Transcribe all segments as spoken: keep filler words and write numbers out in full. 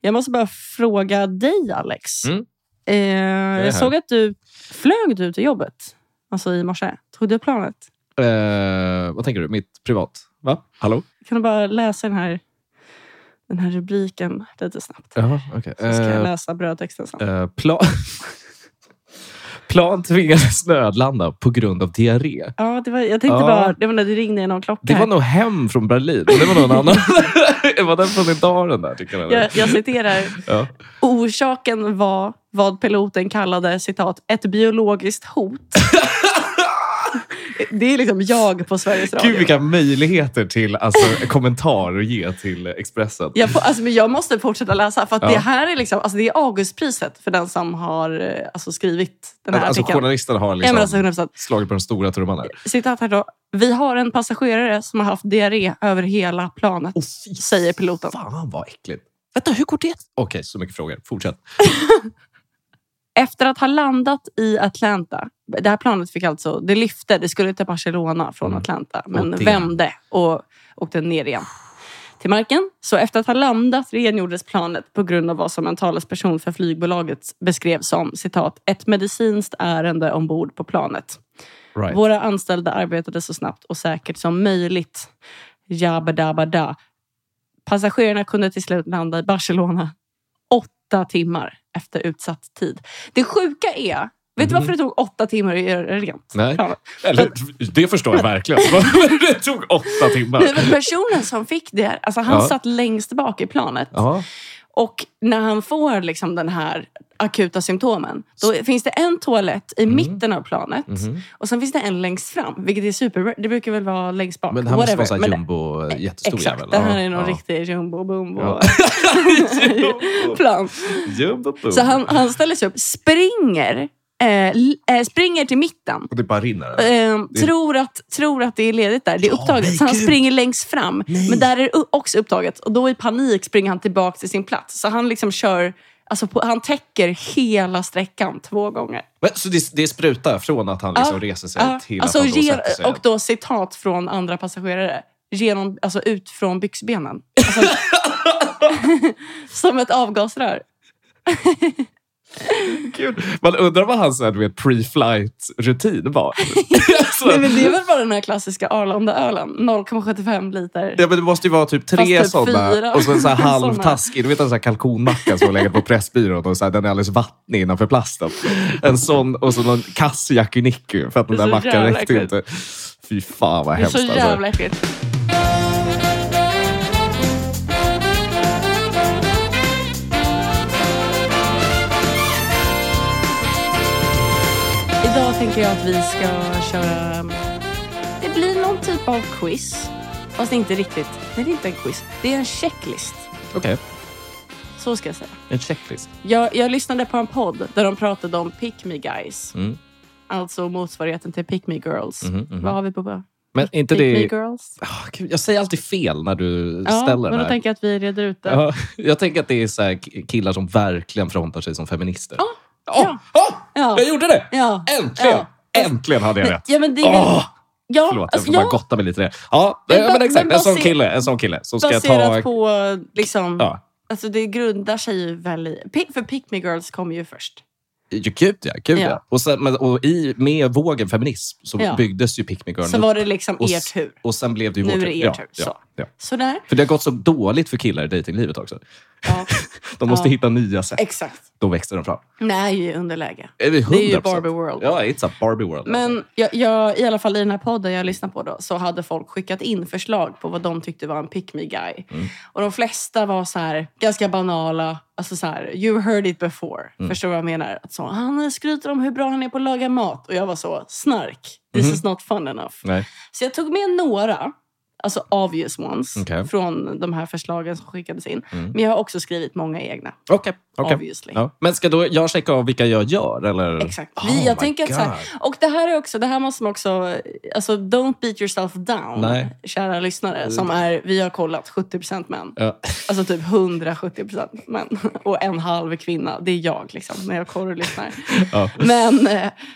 Jag måste bara fråga dig, Alex. Mm. Eh, jag såg att du flög du till jobbet. Alltså i morse. Tog du planet? Eh, vad tänker du? Mitt privat? Va? Hallå? Kan du bara läsa den här, den här rubriken lite snabbt? Jaha, okej. Så ska jag Eh, läsa brödtexten sen. eh, plan... Plan tvingades nödlanda på grund av diarré. Ja, det var, jag tänkte Ja. bara, det var när det ringde i någon klocka. Det var nog hem från Berlin. Det var någon annan. Det var den från idag där, tycker jag. Jag, jag citerar. Ja. Orsaken var vad piloten kallade, citat, ett biologiskt hot. Det är liksom jag på Sveriges Radio. Gud, vilka möjligheter till alltså, kommentarer att ge till Expressen. Jag, får, alltså, men jag måste fortsätta läsa. För att Ja. det här är liksom, alltså, det är Augustpriset för den som har eh, alltså, skrivit den här Alltså artikeln. journalisten har liksom Ja, men alltså, hundra procent. slagit på den stora trumman här. Citat här då. Vi har en passagerare som har haft diarré över hela planet, Oh, fy säger piloten. Fan vad äckligt. Vänta, hur går det? Okej, så mycket frågor. Fortsätt. Efter att ha landat i Atlanta. Det här planet fick alltså, det lyfte, det skulle till Barcelona från Mm. Atlanta. Men Och det. vände och åkte ner igen till marken. Så efter att ha landat rengjordes planet på grund av vad som en talesperson för flygbolaget beskrev som, citat, ett medicinskt ärende ombord på planet. Right. Våra anställda arbetade så snabbt och säkert som möjligt. Jabba-dabba-da. Passagerarna kunde till slut landa i Barcelona åtta timmar efter utsatt tid. Det sjuka är, vet du Mm. varför det tog åtta timmar att göra rent? Nej. planet? Eller, det förstår jag verkligen. Det tog åtta timmar. Nej, men personen som fick det här, alltså han Ja. satt längst bak i planet. Ja. Och när han får liksom den här akuta symptomen, då finns det en toalett i mitten av planet. Mhm. Och sen finns det en längst fram, vilket är super. Det brukar väl vara längst bak. Men det här måste whatever. vara Men så det- jumbo, jättestor Exakt, jävel. det här Ja, är någon ja. riktig jumbo bumbo Ja. plan. Jumbo boom. Så han, han ställer sig upp, springer, eh, l- eh, springer till mitten. Och det bara rinner. Eh, tror, att, tror att det är ledigt där. Det är Ja, upptaget. nej, Så han gud. springer längst fram. Nej. Men där är det u- också upptaget. Och då i panik springer han tillbaka till sin plats. Så han liksom kör... Alltså på, han täcker hela sträckan två gånger. Men, så det, det sprutar från att han liksom Ja, reser sig Ja, till alltså, att han då ge- sätter sig. och då citat från andra passagerare. Genom, alltså ut från byxbenen. Alltså, som ett avgasrör. Gud. Man undrar vad hans du vet, pre-flight-rutin var. Alltså, Nej, men det är väl bara den här klassiska Arlanda-ölen. noll komma sjuttiofem liter. ja, men det måste ju vara typ tre Fast typ sådana. fyra. Och så en så här Såna. halvtaskig. Du vet en sån här kalkonmacka som har legat på Pressbyrån. Och så här, den är alldeles vattnig innanför plasten. En sån och så någon kass Yakiniku. För att den Det är där så mackan jävla räckte äckligt. inte. Fy fan vad Det är hemskt. så Alltså. jävla äckligt. Idag tänker jag att vi ska köra... Det blir någon typ av quiz. Fast inte riktigt. Nej, det är inte en quiz. Det är en checklist. Okej, Så ska jag säga. en checklist. Jag, jag lyssnade på en podd där de pratade om pick me guys. Mm. Alltså motsvarigheten till pick me girls. Mhm, mhm. Vad har vi på? Men inte Pick me det... girls. Ah, Gud, jag säger alltid fel när du Ja, ställer men det då här. tänker jag att vi reder ut det. Ja, jag tänker att det är så här killar som verkligen frontar sig som feminister. Ja, Åh, ja. åh, Ja. jag gjorde det! Ja. Äntligen! Ja. Äntligen hade jag rätt. Ja, men det är... Åh, ja, förlåt, jag alltså, får bara ja, gotta mig lite i det. Ja, Men men, men ba- exakt. men En sån baser- kille. En sån kille. Så ska jag baserat ta... på liksom... Ja. Alltså det grundar sig ju väl i... Pick, för Pick Me Girls kom ju först. Ja, Gud ja, gud ja. Ja. Och, sen, men, och i, med vågen feminism så Ja. byggdes ju Pick Me Girl Så upp. var det liksom och, er s- tur. Och sen blev det ju Nu vår är det er ja, tur, Ja, så. ja. Sådär. För det har gått så dåligt för killar i datinglivet också. Ja, De måste Ja. hitta nya sätt. exakt. Då växte de fram. Nej, i underläge. Är det, Det är ju hundra procent? Barbie World. Ja, it's a Barbie world. Men jag, jag, i alla fall i den här podden jag lyssnade på då, så hade folk skickat in förslag på vad de tyckte var en pick me guy. Mm. Och de flesta var så här ganska banala. Alltså så här, you heard it before. Mm. Förstår vad jag menar? Att så, han skryter om hur bra han är på att laga mat. Och jag var så, snark. This Mhm. is not fun enough. Nej. Så jag tog med några, alltså obvious ones, Okej. från de här förslagen som skickades in. Mm. Men jag har också skrivit många egna. Okej, okej. Obviously. Ja. Men ska då jag checka av vilka jag gör? Eller? Exakt. Oh Vi, jag my tänker att så här, God. och det här är också, det här måste man också, alltså don't beat yourself down, Nej. kära lyssnare, som är, vi har kollat sjuttio procent män. Ja. Alltså typ hundrasjuttio procent män. Och en halv kvinna, det är jag liksom, när jag kollar och lyssnar. Ja. Men, eh,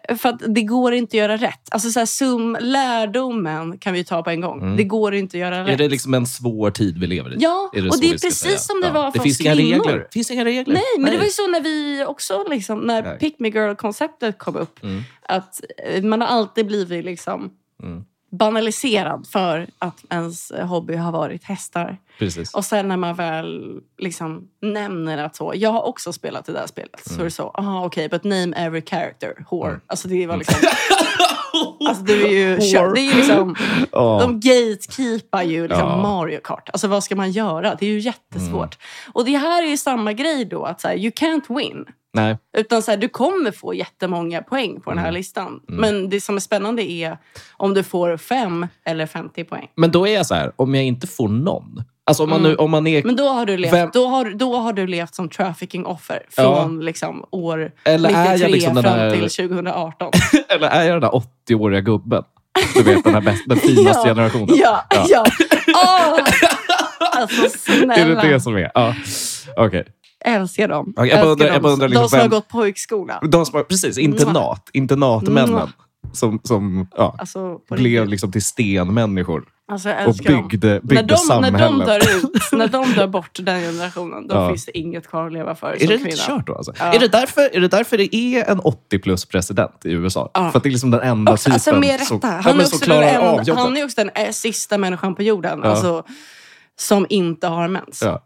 För att det går inte att göra rätt. Alltså så här, sum, lärdomen kan vi ta på en gång. Mm. Det går inte att göra rätt. Är det liksom en svår tid vi lever i? Ja, är det och det är precis säga? som det ja. var för det finns oss kvinnor. Inga regler. Det finns inga regler. Nej, men Nej. det var ju så när vi också, liksom, när Nej. Pick Me Girl-konceptet kom upp. Mm. Att man har alltid blivit liksom... Mm. banaliserad för att ens hobby har varit hästar. Precis. Och sen när man väl liksom nämner att så, jag har också spelat det där spelet. Mm. Så är det så, aha okej, okay, but name every character, whore. Mm. Alltså det var liksom... alltså det är ju... Whore. Det är ju liksom... Oh. De gatekeepar ju liksom oh. Mario Kart. Alltså vad ska man göra? Det är ju jättesvårt. Mm. Och det här är ju samma grej då, att så här, you can't win. Nej. Utan så här, du kommer få jättemånga poäng på den här mm. listan. Mm. Men det som är spännande är om du får fem eller femtio poäng. Men då är jag så här, om jag inte får någon. Alltså om man, mm. nu, om man är... Men då har du levt, vem... då har, då har du levt som trafficking-offer. Från ja. liksom år eller nittiotre liksom fram där... till tjugohundraarton. Eller är jag den där åttio-åriga gubben? Du vet, den, här bäst, den finaste ja. generationen. Ja, ja. ja. Oh! Alltså snälla. Är det det som är? Ja, okej. Okay. Älskar dem. Okay, jag undrar, jag undrar liksom de som vem... har gått pojkskola. De som har, precis, internat. Internatmännen. Mm. Som, som ja, alltså, blev liksom till stenmänniskor. Alltså, och byggde, byggde när de, samhället. När de dör ut, när de dör bort den generationen, då ja. finns det inget kvar att leva för. Är det inte kört då? Alltså? Ja. Är, det därför, är det därför det är en åttio plus president i U S A? Ja. För att det är liksom den enda typen alltså, med rätta. som, han, ja, är som klarar en, av jobbet. Han är också den äh, sista människan på jorden. Ja. Alltså, som inte har mens. Ja.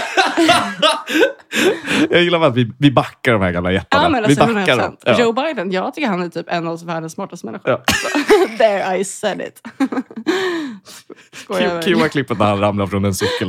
Jag gillar att vi, vi backar de här gamla jättarna. Ja, men alltså, vi backar dem. Ja. Joe Biden, jag tycker han är typ en av världens smartaste människor. Ja. There I said it. Kul var klippet när han ramlar från en cykel.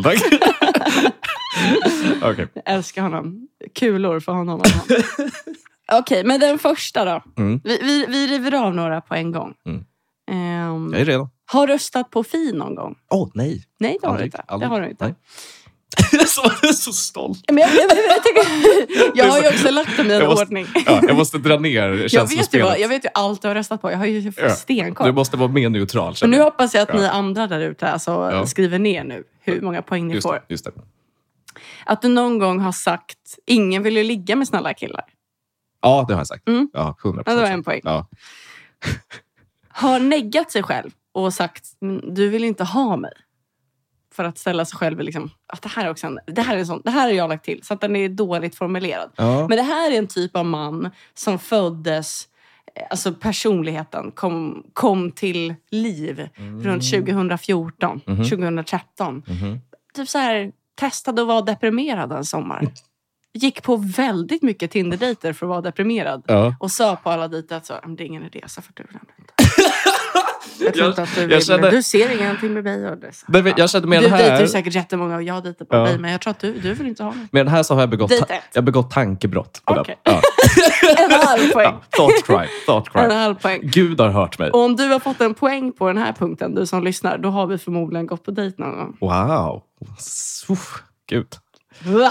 Okay. Jag älskar honom. Kulor för honom. Okej, okay, men den första då. Mm. Vi, vi, vi river av några på en gång. Mm. Um, jag är redo. Har röstat på Fi någon gång? Åh, oh, nej. Nej, det har du inte. Det har du inte. Nej. Så, jag är så stolt. Men jag, jag, jag, jag, tycker, jag har ju också lagt dem i en jag måste, ordning. Ja, jag måste dra ner känslospelet. Jag vet, ju, jag vet ju allt du har röstat på. Jag har ju ja, stenkoll. Du måste vara mer neutral. Men nu hoppas jag att ja. ni andra där ute alltså, ja. skriver ner nu hur många poäng ni just får. Det, just det. Att du någon gång har sagt ingen vill ju ligga med snälla killar. Ja, det har jag sagt. Mm. Ja, hundra procent. Ja, det var en poäng. Ja. Har neggat sig själv och sagt du vill inte ha mig. För att ställa sig själv liksom, att det här är också en, det här är en sån, det här har jag lagt till så att den är dåligt formulerad. Ja. Men det här är en typ av man som föddes, alltså personligheten kom, kom till liv mm. runt tjugohundrafjorton, mm-hmm. tjugohundratretton. Mm-hmm. Typ så här, testade att vara deprimerad en sommar. Gick på väldigt mycket Tinder-dejter för att vara deprimerad. Ja. Och sa på alla dejter att så, det är ingen idé, så för du den inte. Jag tror inte att du vill, kände... du ser ingenting med mig. Och det, så. Men, jag kände med du den här... dejtar ju säkert jättemånga och jag dejtar på ja. dig. Men jag tror att du, du vill inte ha mig. Med den här så har jag begått, ta- jag begått tankebrott. På okay. den. Ja. En halv poäng. Ja, thought crime. Thought crime. En halv poäng. Gud har hört mig. Och om du har fått en poäng på den här punkten, du som lyssnar, då har vi förmodligen gått på dejt någon gång. Wow. Uff, Gud. uh.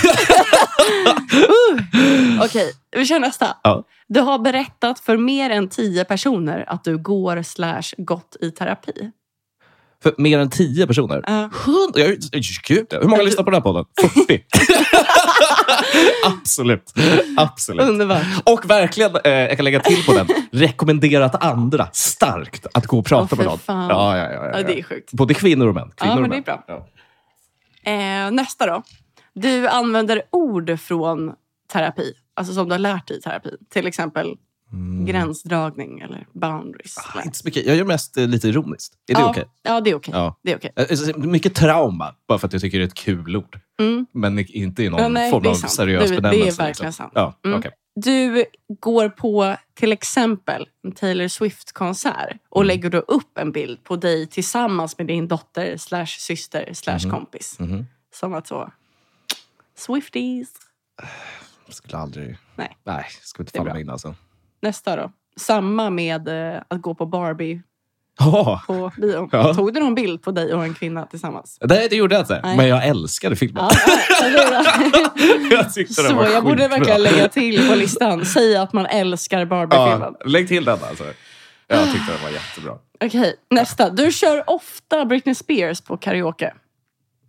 Okej, vi kör nästa. Ja. Du har berättat för mer än tio personer att du går slash gått i terapi. För mer än tio personer? Uh. Jag, Gud, hur många lyssnar på den här podden? fyrtio. Absolut. Absolut. Underbart. Och verkligen, eh, jag kan lägga till på den, rekommenderat andra starkt att gå och prata oh, med någon. Fan. Ja, ja, ja, ja, ja. ja, det är sjukt. Både kvinnor och män. Kvinnor ja, men och det är män. bra. Ja. Eh, nästa då. Du använder ord från terapi. Alltså som du har lärt dig i terapi. Till exempel mm. gränsdragning eller boundaries. Ah, inte så mycket. Jag gör mest eh, lite ironiskt. Är det ja, okej? Okay? Ja, det är okej. Okay. Ja. Det är okay. Eh, mycket trauma. Bara för att jag tycker det är ett kul ord. Mm. Men inte i någon ja, nej, form av seriös det, benämnelse. Det är verkligen liksom. sant. Ja, mm. okay. Du går på till exempel en Taylor Swift-konsert. Och mm. lägger då upp en bild på dig tillsammans med din dotter slash syster slash mm. kompis. Mm. Som att så... Swifties. Jag skulle aldrig... Nej. Nej, skulle inte falla in alltså. Nästa då. Samma med uh, att gå på Barbie. Oh. På bion. Ja. Tog du någon bild på dig och en kvinna tillsammans? Nej, det gjorde jag inte. Nej. Men jag älskade filmen. Ja, jag tyckte Så den var jag borde bra. verkligen lägga till på listan. Säga att man älskar Barbie-filmen. Ja, lägg till den alltså. Jag tyckte den var jättebra. Okej, nästa. Du kör ofta Britney Spears på karaoke.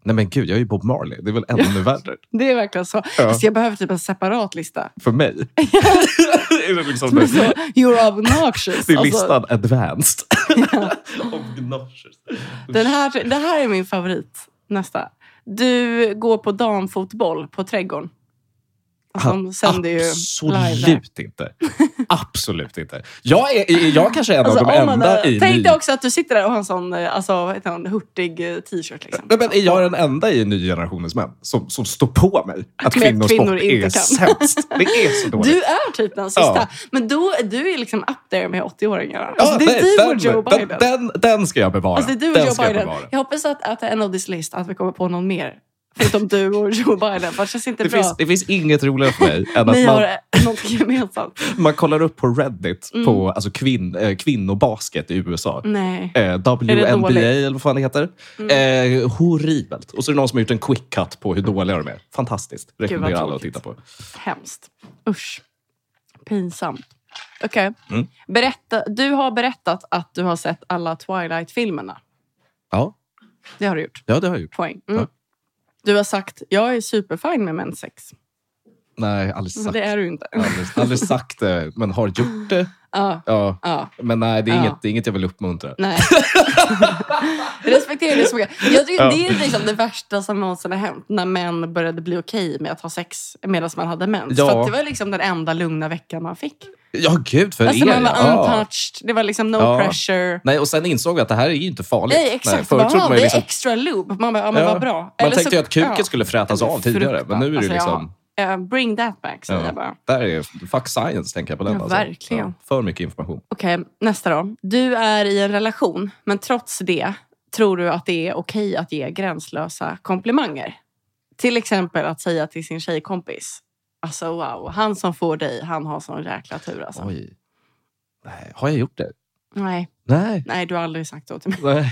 Nej men gud, jag är ju Bob Marley. Det är väl ännu värre. Det är verkligen så. Ja. Alltså, jag behöver typ en separat lista. För mig. är det liksom Som är så, you're obnoxious. Det är Alltså, listan advanced. ja. Obnoxious. Den här, det här är min favorit. Nästa. Du går på damfotboll på trädgården. Alltså, de sänder ju Absolut inte. Absolut inte. Jag är, jag kanske är en alltså, av de om man, enda i... Tänk dig också att du sitter där och har en sån alltså, vad heter han, hurtig t-shirt. Liksom. Men, men är jag den enda i ny generationens män som, som står på mig att Med kvinnosport kvinnor inte är kan. sämst? Det är så dåligt. Du är typ den sista. Ja. Men då, du är liksom up there med åttio-åringar. Alltså, Ja, det är nej, du den, och Joe den, Biden. Den, den ska jag bevara. Alltså, det är du och den Joe ska jag Biden. bevara. Jag hoppas att at the end of this list att vi kommer på någon mer. Förutom du och Joe Biden. För det känns inte Det bra. finns, det finns inget roligare för mig än att Ni man, har något gemensamt. man kollar upp på Reddit Mm. på alltså kvinn, eh, kvinnobasket i U S A. Nej. Eh, W det N B A dåligt? eller vad fan det heter. Mm. Eh, horribelt. Och så är det någon som har gjort en quick cut på hur dåliga de är. Fantastiskt. vad Rekommenderar alla att tråkigt. titta på. Hemskt. Usch. Pinsamt. Okej. Mm. Berätta, du har berättat att du har sett alla Twilight-filmerna. Ja, Det har du gjort. ja det har jag gjort. Poäng. Mm. Ja. Du har sagt, jag är superfine med mensex. Nej, aldrig sagt. Men det är du inte. Aldrig, aldrig sagt det, men har gjort det. Ja. Ja. Ja. Men nej, det är, Ja. inget, det är inget jag vill uppmuntra. Nej. Jag respekterar det så mycket. Jag tycker Ja. det är liksom det värsta som någonsin har hänt. När män började bli okej med att ha sex medan man hade mens. Ja. För att det var liksom den enda lugna veckan man fick. Ja, gud för Alltså er. man var ja. untouched. Det var liksom no Ja. pressure. Nej, och sen insåg vi att det här är ju inte farligt. Nej, exakt. förut Bara, trodde ah, man det ju liksom, är extra lube. Man bara, ja men Ja. vad bra. man Eller tänkte så- ju att kuken ja. skulle frätas av tidigare. Men nu är det Alltså, liksom... ja. Uh, bring that back, säger jag bara. Där är fuck science, tänker jag på den. Ja, alltså. verkligen. Ja, för mycket information. Okej, nästa då. Du är i en relation, men trots det tror du att det är okej att ge gränslösa komplimanger. Till exempel att säga till sin tjejkompis. Alltså wow, han som får dig, han har sån jäkla tur alltså. Oj. Nej, har jag gjort det? Nej, Nej. nej du har aldrig sagt så till mig. Nej.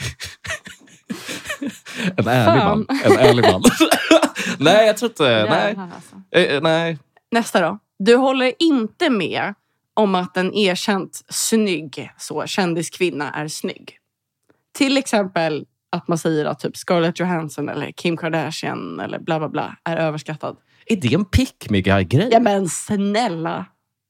En ärlig Fan. man. En ärlig man. Nej, jag tror inte... Nej. Jävlar, alltså. Eh, nej. Nästa då. Du håller inte med om att en erkänt snygg så, kändiskvinna är snygg. Till exempel att man säger att typ Scarlett Johansson eller Kim Kardashian eller bla bla bla är överskattad. Är det en pick me guy-grej? Ja men snälla.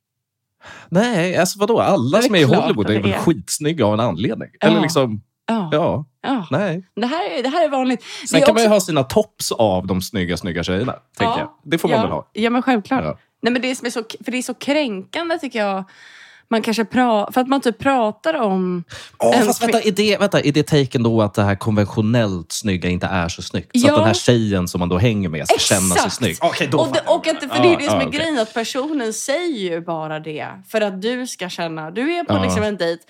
Nej, alltså vadå? Alla Det är som är i klart Hollywood att är det väl är. skitsnygga av en anledning? Ja. Eller liksom, Ja. ja, ja. nej. Det, här är, det här är vanligt. Sen Det är kan man ju också- ha sina tops av de snygga, snygga tjejerna. Tänker Ja. jag. Det får man ja. väl ha. Ja men självklart. Ja. Nej men det som är så, för det är så kränkande tycker jag. Man kanske pra, för att man typ pratar om... Åh, en fast kvin- vänta, är det, vänta, är det taken då att det här konventionellt snygga inte är så snyggt? Så Ja. att den här tjejen som man då hänger med ska känna sig Exakt. snygg? Okej, då Och, det, fattar jag. och att, för det är det Ja, som är ja, okej. grejen, att personen säger ju bara det för att du ska känna, du är på Ja. liksom en dejt,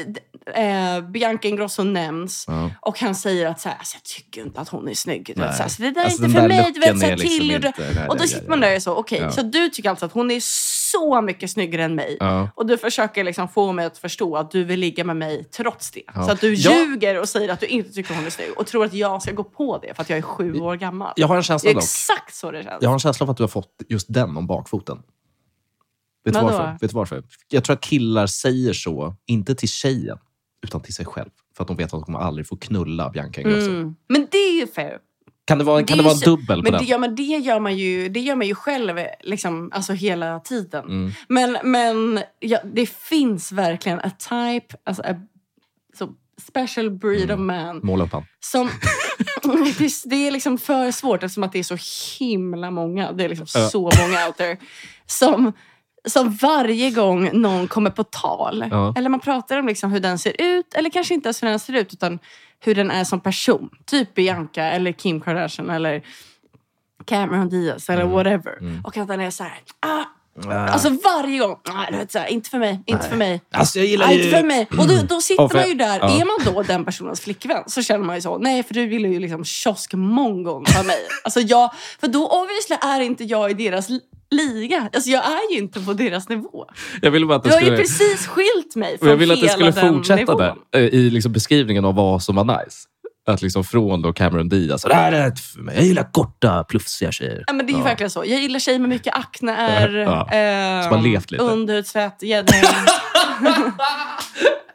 eh, Bianca Ingrosso nämns Ja. och han säger att så här, alltså, jag tycker inte att hon är snygg. Du vet, Nej. så, här, så det där är Alltså, inte den för där mig, du vet, looken så här, är liksom till och, inte- nej, och då nej, sitter nej, man nej. där och så, okej, Ja. så du tycker alltså att hon är så mycket snyggare än mig Ja. och du försöker liksom få mig att förstå att du vill ligga med mig trots det. Ja. Så att du Ja. ljuger och säger att du inte tycker hon är snygg och tror att jag ska gå på det för att jag är sju år gammal. Jag har en Det känsla är dock. exakt så det känns. Jag har en känsla av att du har fått just den om bakfoten. Vet du Vadå? varför? Vet du varför? Jag tror att killar säger så, inte till tjejen, utan till sig själv. För att de vet att de kommer aldrig få knulla Bianca Ingrosso. Mm. Men det är ju fair. Kan det vara, kan Det är det vara en ju så- dubbel på Men den? det, ja, men det gör man ju, det gör man ju själv liksom, alltså hela tiden. Mm. Men, men ja, det finns verkligen a type, alltså a så special breed Mm. of man. Måla upp han. Som, det, det är liksom för svårt eftersom att det är så himla många. Det är liksom Ja. så många out there. Som, som varje gång någon kommer på tal. Ja. Eller man pratar om liksom hur den ser ut. Eller kanske inte ens hur den ser ut. Utan hur den är som person. Typ Bianca eller Kim Kardashian. Eller Cameron Diaz. Eller Mm. whatever. Mm. Och att den är så här. Ah, Ah. alltså varje gång. Ah, du vet, så här, inte för mig. Inte för mig. Alltså jag gillar Nej, ju... inte för mig. Och då, då sitter Ja, för- man ju där. ja. Är man då den personens flickvän så känner man ju så. Nej, för du vill ju liksom kioskmongon för mig. Alltså jag, för då obviously är inte jag i deras li- liga. Alltså jag är ju inte på deras nivå. Jag ville bara att det Du har ju skulle... precis skilt mig Och från jag ville att det hela skulle den fortsätta nivån. där. eh, I liksom beskrivningen av vad som var nice. Att liksom från då Cameron Diaz. Det här är inte för mig. Jag gillar korta, plufsiga tjejer. Ja, men det är ju Ja. verkligen så. Jag gillar tjejer med mycket akne, är, Ja. eh, Som har levt lite. underhudsfett, gäddor.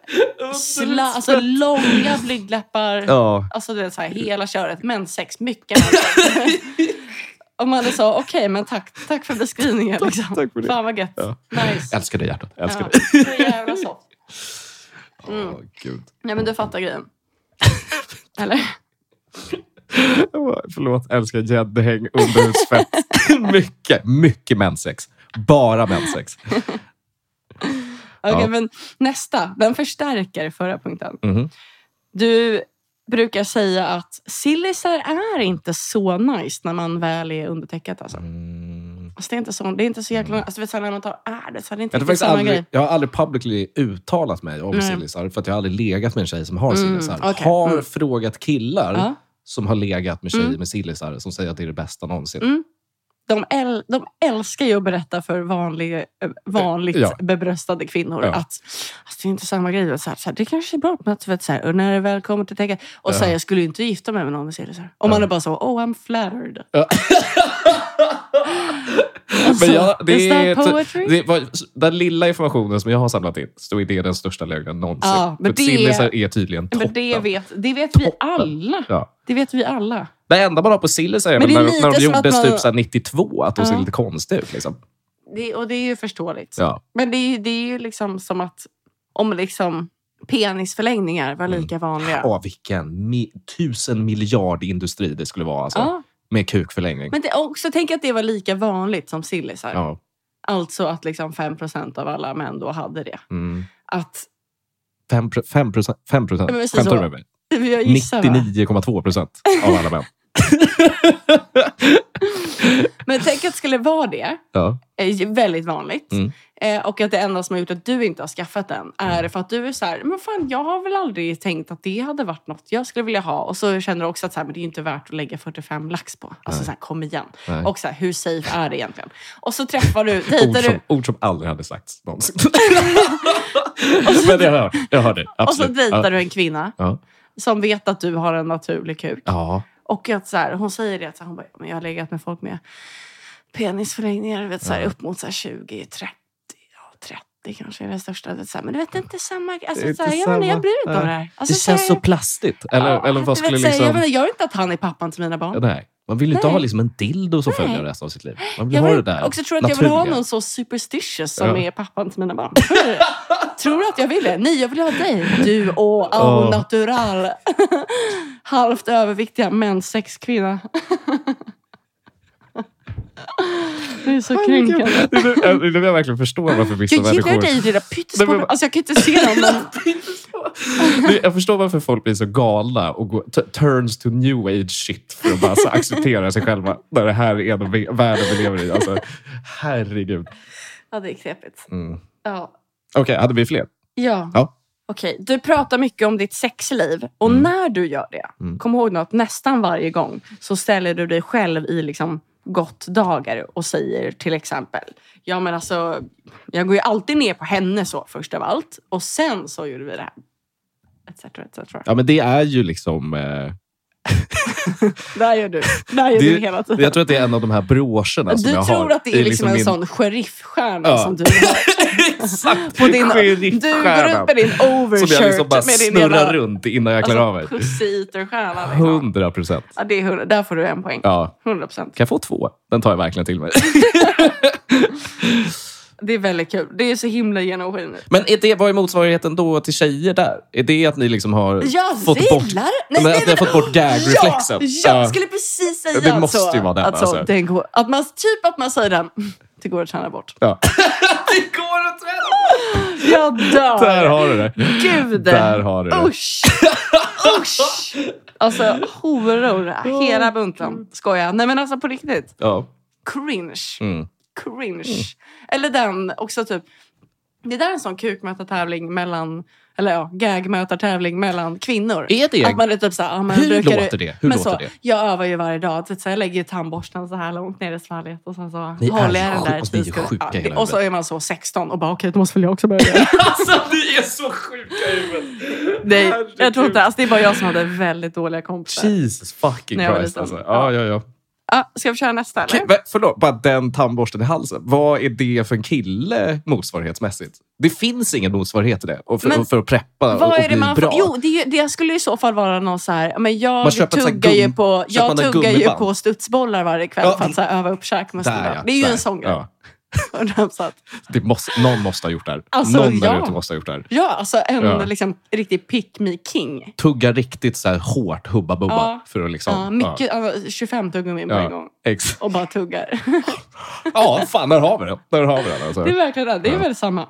Sla, alltså långa blygdläppar. Ja. Alltså det är så här, hela köret. Menssex, mycket menssex. Och man sa, okej, okay, men tack, tack för beskrivningen. Liksom. Tack för det. Fan vad gött. Ja. Nice. Älskar dig hjärtat. Älskar ja, dig. så jävla soft. Mm. Åh, gud. Nej, men du fattar grejen. Eller? Oh, förlåt, älskar gäddhäng, underhudsfett. mycket, mycket menssex. Bara menssex. Okej, okay, ja. men nästa. Den förstärker förra punkten. Mm-hmm. Du brukar säga att sillisar är inte så nice när man väl är undertäcket. Alltså. Mm. Alltså, det är inte så, det är inte så jäkla... Alltså, vet du, när man tar är det så är det inte jag, riktigt samma aldrig, grej. jag har aldrig publicly uttalat mig om mm. sillisar. För att jag har aldrig legat med en tjej som har mm, sillisar. okay. Har mm. frågat killar ja. som har legat med tjejer mm. med sillisar som säger att det är det bästa någonsin. Mm. De, äl, de älskar ju att berätta för vanlig, vanligt ja. bebröstade kvinnor ja. att alltså, det är inte samma grej. Så här, så här, det kanske är bra på något vet, så här, och när det väl kommer till täcka. Och ja. säga, jag skulle ju inte gifta mig med någon med sillisar. Och man ja. är bara så, oh I'm flattered. Ja. alltså, Men ja, det är poetry? Det var, den lilla informationen som jag har samlat in så är det den största lögnen någonsin. Ja, men för det, sillisar är tydligen toppen. Men det vet, det vet vi alla. Ja. Det vet vi alla. Det enda man har på sillisar är, är när, när de gjordes man... typ så nittiotvå att de ja. ser lite konstigt ut. Liksom. Det, och det är ju förståeligt. Ja. Men det är, det är ju liksom som att om liksom penisförlängningar var lika mm. vanliga. Åh, vilken mi- tusen miljard industri det skulle vara. Alltså. Ja. Med kukförlängning. Men det, också tänk att det var lika vanligt som sillisar. Ja. Alltså att liksom fem procent av alla män då hade det. Mm. Att... fem procent? fem procent? Skämtar du med mig? nittionio komma två procent av alla män. Men tänk att det skulle vara det. Ja. Är väldigt vanligt. Mm. Eh, och att det enda som har gjort att du inte har skaffat den är för att du är så här, men fan, jag har väl aldrig tänkt att det hade varit något jag skulle vilja ha. Och så känner du också att så här, men det är inte värt att lägga fyrtiofem lax på. Alltså så här, kom igen. Nej. Och så här, hur safe är det egentligen? Och så träffar du, dejtar ord, som, du... ord som aldrig hade sagts någonsin. Men jag hör, jag hör det. Absolut. Och så dejtar ja. du en kvinna ja. som vet att du har en naturlig kuk. Ja. Och att så här, hon säger det att så här, hon bara, men jag har legat med folk med penisförlängningar, vet, så här, ja. upp mot så här, tjugo, trettio, ja, trettio kanske är det största. Vet, så här, men du vet inte samma... Alltså, så här, jag, samma. Men, jag bryr mig inte om det här. Alltså, det känns så, här, så plastigt. Eller, ja, eller vad skulle vet, liksom... Jag, vet, jag vet inte att han är pappan till mina barn. Ja, nej. Man vill ju inte nej. ha liksom en dildo som nej. följer resten av sitt liv. Man vill jag ha vill, det där också tror att naturliga. Jag vill ha någon så superstitious som ja. är pappan till mina barn. Tror du att jag vill det? Nej, jag vill ha dig. Du och au oh. natural. Halvt överviktiga menssexkvinna. Det är så kränkande. Jag vill verkligen förstå varför vissa människor... Jag gillar dig i det där pyttesmå... Men... Alltså jag kan inte se dem, men... Jag förstår varför folk blir så galna och går, t- turns to new age shit för att bara så acceptera sig själva när det här är den världen vi lever i. Alltså, herregud. Ja, det är knepigt. Mm. Ja. Okej, okay, hade vi fler? Ja. ja. Okej, okay. Du pratar mycket om ditt sexliv. Och mm. när du gör det, mm. kom ihåg att nästan varje gång så ställer du dig själv i liksom gott dagar och säger till exempel, ja men alltså, jag går ju alltid ner på henne så först av allt. Och sen så gjorde vi det här. Etc, et cetera. Ja, men det är ju liksom... Eh... Där gör du. Där gör det, du hela tiden. Jag tror att det är en av de här broscherna du som jag har. Du tror att det är, är liksom en min... sån sheriffstjärna ja. som du har. Exakt. På din, du går upp med din overshirt. Som jag liksom bara med din snurrar jävla, runt innan jag klarar av mig. Pussy-eater-stjärna. Liksom. hundra procent. Ja, det är hundra. Där får du en poäng. Ja. hundra procent. Kan jag få två? Den tar jag verkligen till mig. Det är väldigt kul. Det är så himla genomskinligt. Men är det, vad är motsvarigheten då till tjejer där? Är det att ni liksom har jag fått gillar. bort... Nej, nej, nej, att ni har fått bort gag-reflexen? Ja, jag skulle precis säga det måste så. ju vara den. Alltså, alltså. det går, att man, typ att man säger den. Det går att träna bort. Ja. Det går att träna bort! Jag dör. Där har du det. Gud. Där har du det. Usch. Usch. Alltså, horor. Hela bunten. Skoja. Nej, men alltså på riktigt. Ja. Cringe. Mm. Cringe. Mm. Eller den också typ. Det där är en sån kukmätartävling mellan, eller ja, gagmätartävling mellan kvinnor. Är det? Att man är typ så här, hur låter det? Hur men låter så, det? Jag övar ju varje dag. Så jag lägger ju tandborsten så här långt ner i svalget. Och sen så ni håller jag den där. Ni är sjuka ja, det, och så är man så sexton och bara okej, okay, då måste väl jag också börja. Alltså, ni är så sjuka i huvudet. Nej, jag tror inte. Alltså, det är bara jag som hade väldigt dåliga kompisar. Jesus fucking Christ. Alltså. Ja, ja, ja. Ja, ska vi köra nästa eller? K- förlåt, bara den tandborsten i halsen. Vad är det för en kille motsvarighetsmässigt? Det finns ingen motsvarighet till det. Och för, Men för att preppa och, vad och är det bli man bra. får, jo, det, det skulle i så fall vara någon så här, men jag Man köper ett så här tuggar ju gum- på, köper man jag en tuggar ju gummiband? på studsbollar varje kväll Ja. för att så här, öva upp käkmusklerna. Där, ja, Det är ju där. en sån grej. Ja. Så att, Det måste, någon måste ha gjort det här. Alltså, någon där ja. ute måste ha gjort det här. ja, alltså en Ja. liksom riktig pick me king. Tugga riktigt så här hårt hubba bubba Ja. för att liksom... Ja, mycket, alltså, tjugofem tuggummin på Ja. en gång. Ex- Och bara tuggar. ja, fan, där har vi det. Där har vi det alltså. Det är verkligen det. Det är Ja. väl samma.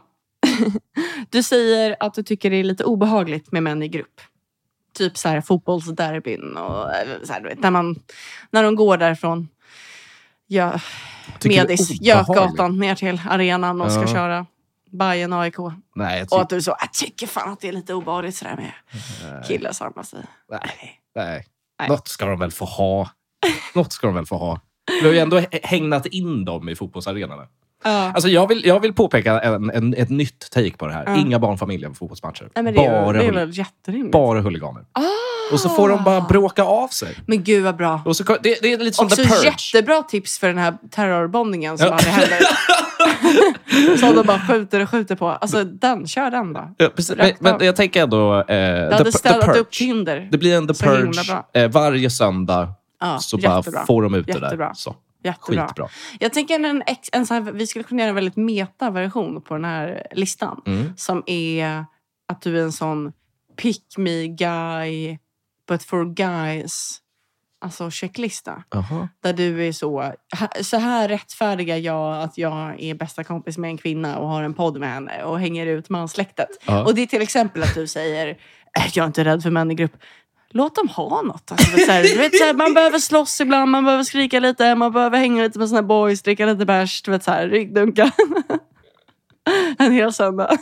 Du säger att du tycker det är lite obehagligt med män i grupp. Typ så här fotbollsderbyn och så här, du vet, när, man, när de går därifrån ja, Tycker det är Medis, obehagligt? Gökgatan ner till arenan och ska Ja. köra Bayern A I K. Nej, jag Och tycker... att du så, jag tycker fan att det är lite obehagligt sådär med killar samma sig. Nej. Nej. Nej. Något ska de väl få ha. Något ska de väl få ha. Vi har ju ändå hä- hägnat in dem i fotbollsarenorna. Ja. Alltså jag vill, jag vill påpeka en, en, ett nytt take på det här. Ja. Inga barnfamiljer på fotbollsmatcher. Nej, men det, är, bara, det är hul- väl jätterimligt. bara huliganer. Ah! Och så får de bara bråka av sig. Men gud vad bra. Och så, det, det är lite som Också The Purge. jättebra tips för den här terrorbombningen som Ja. aldrig händer. Som de bara skjuter och skjuter på. Alltså den, kör den då. Ja, precis. Men, Rätt av. men jag tänker ändå... Eh, Det the, hade the städat Purge. upp Tinder. Det blir en The Så himla Purge bra. eh, varje söndag. Ja, Så bara jättebra. får de ut det där. Jättebra. Så. Jättebra. Skitbra. Jag tänker en, ex, en så här, vi skulle kunna göra en väldigt meta-version på den här listan. Mm. Som är att du är en sån pick me guy but for guys. Alltså checklista. Aha. Där du är så, ha- så här rättfärdigar jag att jag är bästa kompis med en kvinna och har en podd med henne och hänger ut manssläktet. Ja. Och det är till exempel att du säger, "Äh, jag är inte rädd för män i grupp. Låt dem ha något. Alltså, du vet, så här, du vet, så här, man behöver slåss ibland, man behöver skrika lite, man behöver hänga lite med sina boys, dricka lite bärs, du vet så här, ryggdunka. En hel söndag.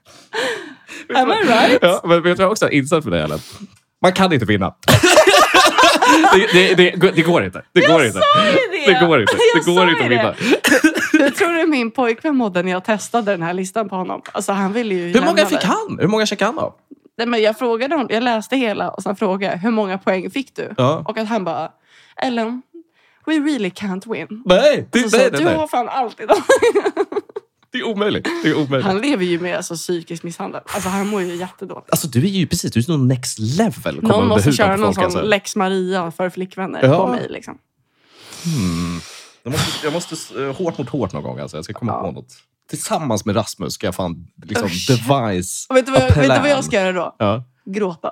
Am I right? Ja, men vet du vad jag också har insett för dig, Ellen? Man kan inte vinna. det, det, det, det går inte. Det går inte. sa ju det. Det går inte. Jag Det går sa inte ju att det. vinna. Jag tror det min pojkvän mådde när jag testade den här listan på honom. Alltså han ville ju Hur många lämna fick mig. han? Hur många checkade han av? Nej, men jag frågade honom, jag läste hela och sen frågade jag, hur många poäng fick du? Ja. Och att han bara, Ellen, we really can't win. Nej, det, Alltså, nej, så, nej, du nej. har fan alltid Det är omöjligt. Det är omöjligt. Han lever ju med alltså, psykisk misshandel. Alltså han mår ju jättedåligt. Alltså du är ju precis, du är någon next level. Kommer Någon under måste huden köra på någon folk, sån alltså. Lex Maria för flickvänner Ja. på mig liksom. Jag måste, jag måste uh, hårt mot hårt någon gång. Alltså. Jag ska komma Ja. på något. Tillsammans med Rasmus ska jag fan liksom Usch. devise Och vet du vad a jag, vet du plan. vad jag ska göra då? Ja. Gråta.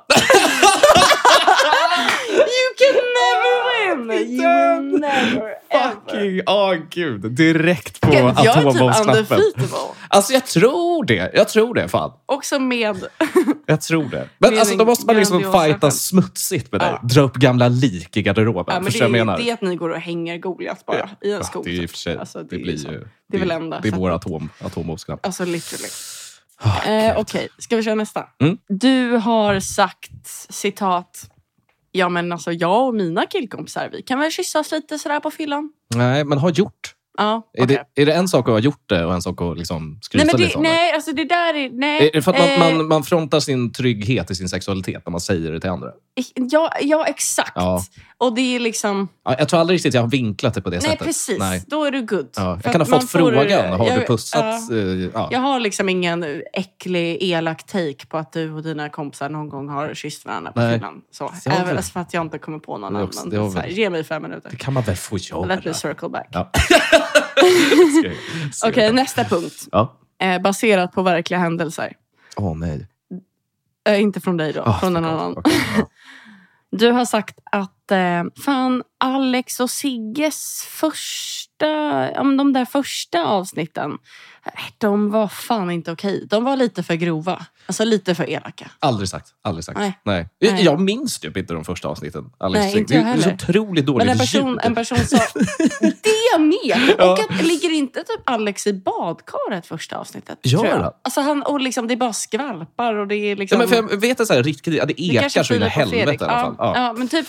You can never win! You will never ever. Fucking, åh gud. Direkt på Jag är typ atombombsknappen. undefeatable. Alltså jag tror det. Jag tror det fan. Också med... Jag tror det. Men Med alltså en då måste man liksom grandiosa fighta själv. smutsigt med det. Ja. Dra upp gamla lik i garderoben. Ja, men det, Förstår du vad jag menar? är, det är att ni går och hänger Goliat bara i en Ja, skog. det är i och för sig. Alltså, det, är blir så. ju... Det är väl enda Det är vår sättet. atom, atombombsknapp. Alltså literally. Oh, Eh, Okej, ska vi köra nästa? Mm. Du har sagt, citat, ja men alltså jag och mina killkompisar, vi kan väl kyssas lite sådär på fyllan? Nej, men har gjort. Ja, Är, okej. det, är det en sak att ha gjort det och en sak att liksom skryta Nej, men lite det, om det? nej, alltså det där är... Nej, Är det för att man, eh, man, man frontar sin trygghet i sin sexualitet när man säger det till andra? ja, ja, exakt. Ja. Och det är liksom... Ja, jag tror aldrig riktigt jag har vinklat det på det Nej, sättet. precis. Nej. Då är du good. Ja, För jag kan ha att man fått får- frågan, har jag- du pussat? ja. eh, Ja. Jag har liksom ingen äcklig, elak take på att du och dina kompisar någon gång har kysst varandra på Nej. fyllan. Så. Det har Även väl- alltså för att jag inte kommer på någon Det är annan. också- det har Så här, väl- ge mig fem minuter. Det kan man väl få göra? Let me circle back. Ja. Okej, Ska jag- ska jag- nästa punkt. Ja. Eh, baserat på verkliga händelser. Åh nej. Eh, inte från dig då, Ah, från en tack. annan. Okej, ja. Du har sagt att eh, fan, Alex och Sigges första, om de där första avsnitten, eh, de var fan inte okej. De var lite för grova. Alltså lite för elaka. Aldrig sagt. Aldrig sagt. Nej. Nej. Nej. Jag minns typ inte de första avsnitten. Alldeles Nej, inte det, jag det är så heller. otroligt dåligt Men en person, ljud. en person sa det med. Ja. Och att, ligger inte typ Alex i badkaret första avsnittet? Gör tror jag. han? Alltså han, och liksom, det är bara skvalpar och det är liksom... Ja, men för jag vet att så här, riktigt, ja, det det kanske ekar så in i Filip och Fredrik. helvete i alla fall. Ja, Ja. ja, men typ att han sitter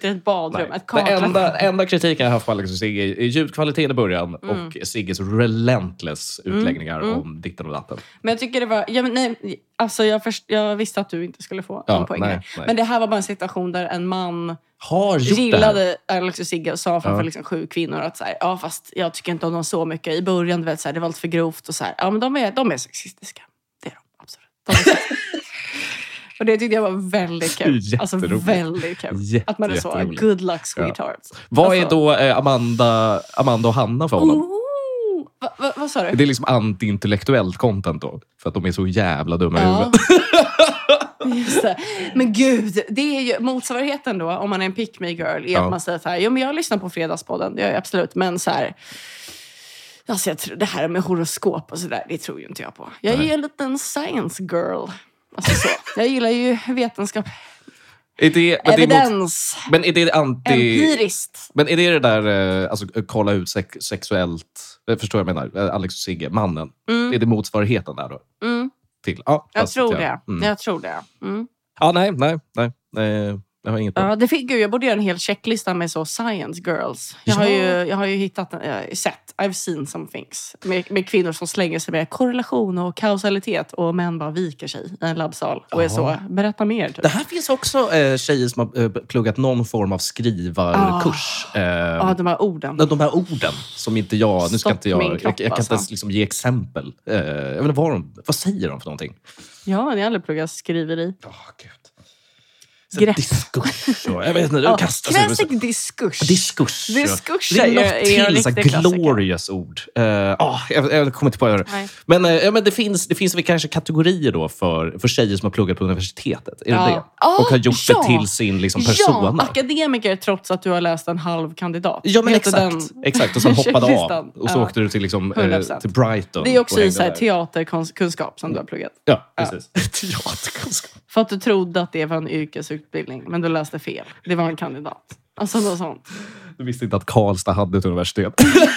i ett badrum. Nej. Ett Det kaklat. enda, enda kritiken jag haft på Alex och Sigge är ljudkvaliteten i början Mm. och Sigges relentless utläggningar mm. om dikten och datten. Men jag tycker det var... Ja, men nej, alltså jag, först, jag visste att du inte skulle få Ja, en poäng. nej, här. nej. Men det här var bara en situation där en man Har gjort det här. gillade Alex och Sigge och sa framför Ja. liksom sju kvinnor att så här, ja fast jag tycker inte om dem så mycket. I början, du vet, så här, det var lite för grovt och så här. Ja men de är, de är sexistiska. Det är de, absolut. De är sexistiska. Och det tyckte jag var väldigt kul. Alltså Jätteroligt. väldigt kul. Jätte, att man är så, jätteroligt. good luck sweethearts. Vad alltså, är då eh, Amanda, Amanda och Hanna för honom? Oh, va, va, vad sa du? Det är liksom anti-intellektuellt content då. För att de är så jävla dumma i Ja. huvudet. Just det. Men gud, det är ju motsvarigheten då, om man är en pick me girl, är Ja. att man säger så här, jo men jag lyssnar på Fredagspodden, det gör jag absolut, men så här, alltså jag tror, det här med horoskop och sådär, det tror ju inte jag på. Jag är Nej. ju en liten science girl. Alltså så. Jag gillar ju vetenskap. Är det, men, det är mot, Evidens. men är det anti... Empiriskt. Men är det det där, eh, alltså kolla ut sex, sexuellt, eh, förstår jag menar, eh, Alex och Sigge, mannen. Mm. Är det motsvarigheten där då? Mm. Till? Ja, Jag fast tror jag- det. Mm. Jag tror det. Mm. Ja, nej, nej, nej. nej jag har inget på. Ja, det fick, gud, jag borde göra en hel checklista med så science girls. Jag, har, Ja. ju, jag har ju hittat, jag har ju sett, I've seen some things. Med, med kvinnor som slänger sig med korrelation och kausalitet och män bara viker sig i en labbsal. Och är Ja. så, berätta mer. Typ. Det här finns också eh, tjejer som har eh, pluggat någon form av skrivarkurs. Eh, Ja, de här orden. de här orden som inte jag... Nu ska Stopp inte jag, min jag, kropp, jag kan inte alltså. ens liksom ge exempel. Eh, jag vet inte vad, de, vad säger de för någonting? Ja, ni har aldrig pluggat skriveri. Åh, gud. Så Grepp. Diskurs och, jag vet inte, Ja, det kastar sig. classic diskurs. Diskurs. Diskurs Det är är ju- något är en till så riktig här glorious ord. Uh, oh, jag, jag kommer inte på det. Nej. Men, uh, ja, men det finns, det finns väl kanske kategorier då för, för tjejer som har pluggat på universitetet. Är Ja. det det? Ja, Och har gjort ja. det till sin liksom, persona. Ja, akademiker trots att du har läst en halv kandidat. Ja, men Heter exakt. den- Exakt. Och sen hoppade av. checklistan. Och så Ja. åkte du till, liksom, hundra eh, procent. till Brighton. Det är också och i hängde så här där. teaterkunskap som du har pluggat. Ja, Ja. precis. Teaterkunskap. För att du trodde att det var en yrkesutbildning, men du läste fel. Det var en kandidat. Alltså något sånt. Du visste inte att Karlstad hade ett universitet.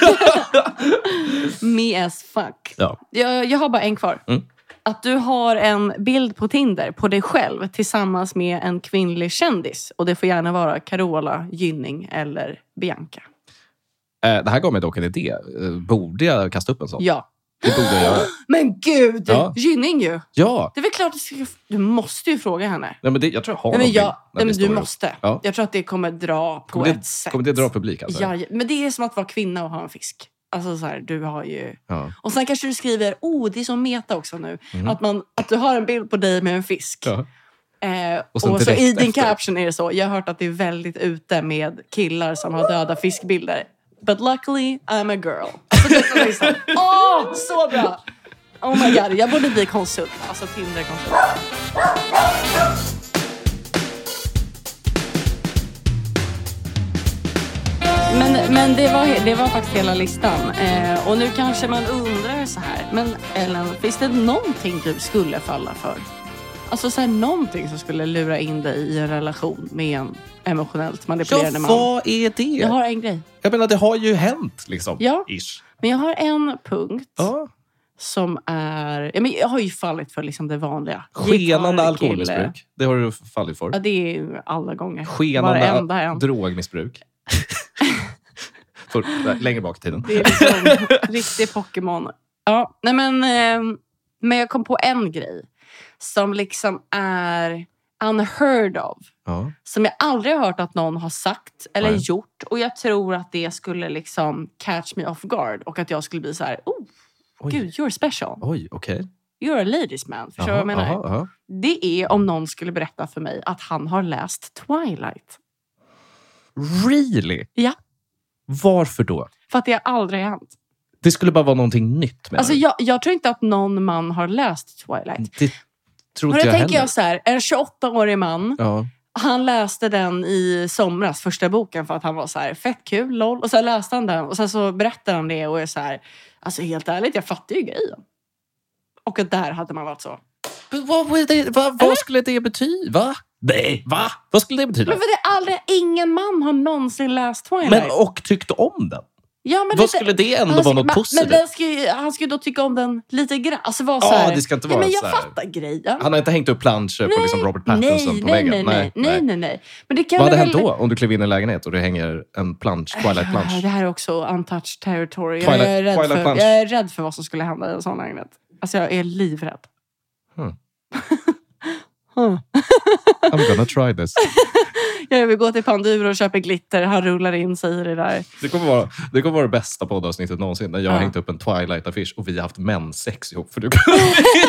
Me as fuck. Ja. Jag, jag har bara en kvar. Mm. Att du har en bild på Tinder på dig själv tillsammans med en kvinnlig kändis. Och det får gärna vara Carola, Gynning eller Bianca. Eh, det här gav mig dock en idé. Eh, borde jag kasta upp en sån? Ja. Det borde jag göra. Men gud! Ja. Gynning ju! Ja. Det är väl klart att du ska- du måste ju fråga henne. Nej, men det, jag tror jag har Nej, men någon jag, bild när nej, vi men står du och- måste. Ja. Jag tror att det kommer dra på Kommer ett det, sätt. kommer det dra publik alltså? Ja, men det är som att vara kvinna och ha en fisk. Alltså så här, du har ju... Ja. Och sen kanske du skriver, oh det är som meta också nu. Att, man, att du har en bild på dig med en fisk. Ja. Eh, Och och sen så direkt i din efter. caption är det så. Jag har hört att det är väldigt ute med killar som har döda fiskbilder. But luckily I'm a girl. Alltså det är liksom, åh, så bra! Oh my god, jag borde bli konsult. Alltså Tinder-konsult. Men, men det, var, det var faktiskt hela listan. Eh, och nu kanske man undrar så här. Men Ellen, finns det någonting du skulle falla för? Alltså så här, någonting som skulle lura in dig i en relation med en emotionellt manipulerande Ja, man. vad är det? Jag har en grej. Jag menar, det har ju hänt liksom. Ja. Ish. Men jag har en punkt Ja. som är... Ja, men jag har ju fallit för liksom det vanliga. Skenande Gitarrkille. alkoholmissbruk. Det har du fallit för. Ja, det är ju alla gånger. Skenande Varenda en. drogmissbruk. för, nej, längre bak i tiden. Det är liksom riktig Pokémon. Ja, nej men, eh, men jag kom på en grej som liksom är unheard of. Ja. Som jag aldrig har hört att någon har sagt eller Nej. gjort. Och jag tror att det skulle liksom catch me off guard. Och att jag skulle bli så här, oh, Oj. gud, you're special. Oj, okej. You're a ladies man. Förstår du vad jag menar? Aha, aha. Det är om någon skulle berätta för mig att han har läst Twilight. Really? Ja, Varför då? för att det har aldrig hänt. Det skulle bara vara någonting nytt med Alltså det. jag, jag tror inte att någon man har läst Twilight. Det tror Och inte då jag tänker heller. jag så här, en tjugoåtta-årig man, Ja. han läste den i somras, första boken, för att han var så här, fett kul, lol. Och sen läste han den och sen så berättar han det och är så här, alltså helt ärligt, jag fattar ju grejen. Och att där hade man varit så. Men vad, vad, det, vad, vad skulle det betyda? Va? Nej, va? Vad skulle det betyda? Men för det är aldrig, ingen man har någonsin läst Twilight. Men, och tyckte om den. Ja, men Vad lite, skulle det ändå han, vara något men, positivt? Men den ska ju, han ska ju då tycka om den lite grann. Alltså vara Ja, så här, det ska inte ja, vara men jag så här. fattar grejen. Han har inte hängt upp planscher på liksom Robert Pattinson nej, på nej, väggen. Nej, nej, nej, nej, nej. Men det kan Vad hade hänt väl... då om du klev in i en lägenhet och det hänger en plansch, Twilight-plansch? Ja, det här är också untouched territory. Twilight, jag, är rädd Twilight för, jag är rädd för vad som skulle hända i en sån lägenhet. Alltså jag är livrädd. Hmm. hmm. I'm gonna try this. Jag vill gå till Panduro och köpa glitter. Han rullar in sig i det där. Det kommer vara det, kommer vara det bästa poddavsnittet någonsin. När jag har ja. hängt upp en Twilight-affisch och vi har haft menssex ihop. För du kunde,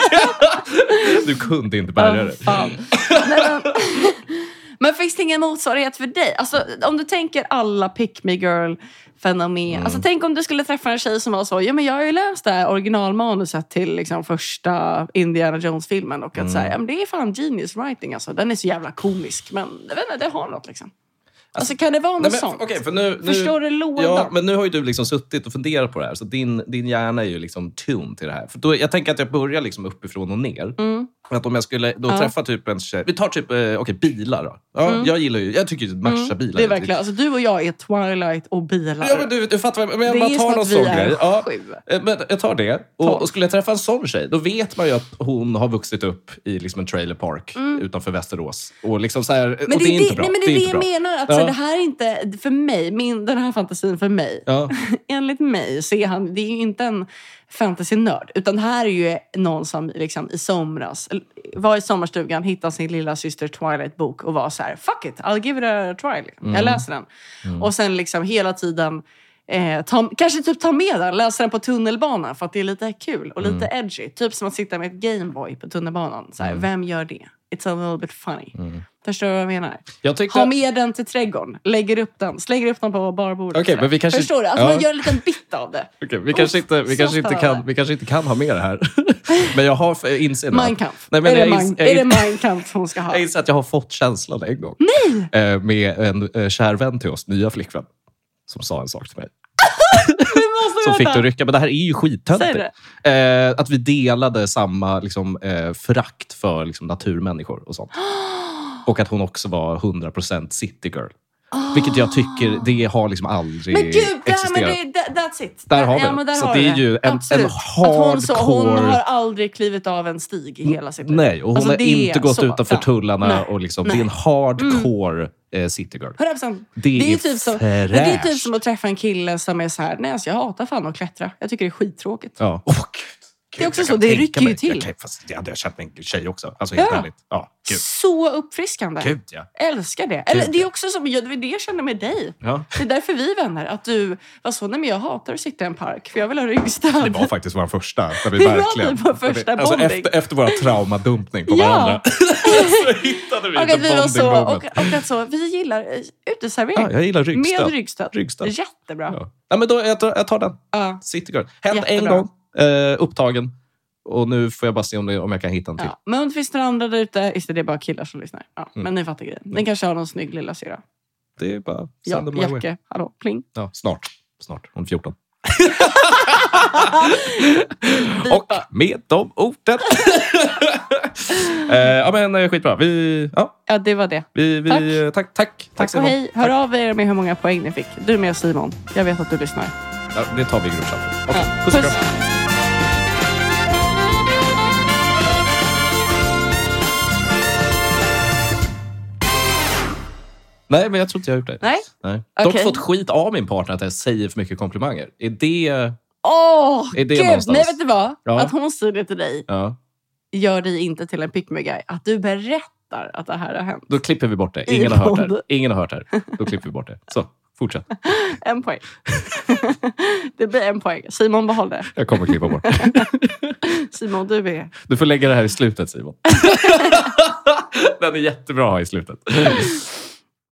du kunde inte bärga det. Oh, men, men finns det ingen motsvarighet för dig? Alltså, om du tänker alla pick me girl fenomen. Mm. Alltså, tänk om du skulle träffa en tjej som var så, ja men jag har ju läst det här originalmanuset till liksom, första Indiana Jones-filmen. Och att mm. säga, ja, men det är fan genius writing. Alltså. Den är så jävla komisk. Men jag vet inte, det har något liksom. Alltså kan det vara något nej, men, sånt? Okay, för nu, nu, Förstår du lådan? Ja, men nu har ju du liksom suttit och funderat på det här. Så din, din hjärna är ju liksom tunn till det här. För då, jag tänker att jag börjar liksom uppifrån och ner. Mm. Att om jag skulle då ja. träffa typ en tjej... Vi tar typ, okej, okay, bilar då. Ja, mm. Jag gillar ju, jag tycker ju Merca bilar. Det är verkligen, alltså du och jag är Twilight och bilar. Ja, men du, du fattar, men jag bara tar någon sån grej. Ja, men jag tar det. Och, och skulle jag träffa en sån tjej, då vet man ju att hon har vuxit upp i liksom en trailer park mm. utanför Västerås. Och liksom så här, men och det, det är inte det, bra. Nej, men det är det, det jag menar. Att, ja. så, det här är inte, för mig, min, den här fantasin för mig. Ja. Enligt mig så är han, det är ju inte en fantasy-nörd. Utan det här är ju någon som liksom, i somras var i sommarstugan, hittade sin lilla syster Twilight-bok och var så här, fuck it, I'll give it a try. Mm. Jag läser den. Mm. Och sen liksom hela tiden eh, ta, kanske typ ta med den, läsa den på tunnelbanan för att det är lite kul och lite mm. edgy. Typ som att sitta med ett Gameboy på tunnelbanan. Så här, mm. Vem gör det? It's a little bit funny. Mm. Förstår du vad jag menar? Jag tyckte... Ha med den till trädgården. Lägger upp den. Slänger upp den på barbordet. Okay, men vi kanske... Förstår du? Alltså ja. Man gör en liten bit av det. Okay, vi, kanske inte, vi, kanske inte kan, vi kanske inte kan ha med det här. Men jag har insett... Mein Kampf. Nej, men är, det ins- jag, är det Mein Kampf hon ska ha? Jag inser att jag har fått känslan en gång. Nej! Med en eh, kär vän till oss, nya flickvän. Som sa en sak till mig. Som fick du rycka. Men det här är ju skittöntigt. Eh, att vi delade samma liksom, eh, förakt för liksom, naturmänniskor och sånt. Och att hon också var hundra procent city girl. Oh. Vilket jag tycker, det har liksom aldrig men gud, existerat. Men det, that's it. Där har vi ja, det. Så det är ju en, en hardcore... Hon, så, hon har aldrig klivit av en stig i hela sitt liv. Nej, och hon alltså, har inte gått så, utanför ja. tullarna. Nej. Och liksom, det är en hardcore mm. city girl. hundra procent. Det, det, är är typ som, det är typ som att träffa en kille som är så här, nej alltså jag hatar fan att klättra. Jag tycker det är skittråkigt. Ja. Oh, det är också så, det rycker ju till. Jag, kan, fast jag hade känt mig en tjej också. Alltså helt ja. ärligt. Ja, gud. Så uppfriskande. Gud, ja. Älskar det. Eller det är också som jag, det jag känner med dig. Ja. Det är därför vi är vänner. Att du var så, nej men jag hatar att sitta i en park. För jag vill ha ryggstöd. Det var faktiskt vår första. Där vi det verkligen, var vår första alltså bonding. Efter, efter våra traumadumpning på ja. varandra. Så hittade vi och inte att vi var så, och, och, och att så, vi gillar uteservering. Ja, jag gillar ryggstöd. Med ryggstöd. ryggstöd. Jättebra. Ja. Ja, men då, jag, tar, jag tar den. Ja. City girl. Hänt en gång. Eh, upptagen. Och nu får jag bara se om, det, om jag kan hitta en till. Ja, men om det finns några andra där ute, just det, det är bara killar som lyssnar. Ja, mm. Men ni fattar grejen. Den kanske har någon snygg lilla syra. Det är bara ja, Jacke, hallå, pling. Ja, snart. Snart, om fjorton. Och med de orden. eh, ja, men skitbra. Vi, ja. ja, det var det. Vi, vi, tack. Tack, tack. Tack och hej. Hör tack. Av er med hur många poäng ni fick. Du med Simon. Jag vet att du lyssnar. Ja, det tar vi i gruppchatten. Okay. Ja. Puss, puss. Nej, men jag tror inte jag har gjort det. Nej? Nej. Jag har okay. fått skit av min partner att jag säger för mycket komplimanger. Är det... Åh, oh, gud! Någonstans? Nej, vet du vad? Ja. Att hon säger det till dig ja. gör dig inte till en pick me guy. Att du berättar att det här har hänt. Då klipper vi bort det. Ingen har hört det. Ingen har hört det. Då klipper vi bort det. Så, fortsätt. En poäng. Det blir en poäng. Simon, behåll det. Jag kommer klippa bort det. Simon, du är... Du får lägga det här i slutet, Simon. Den är jättebra att ha i slutet.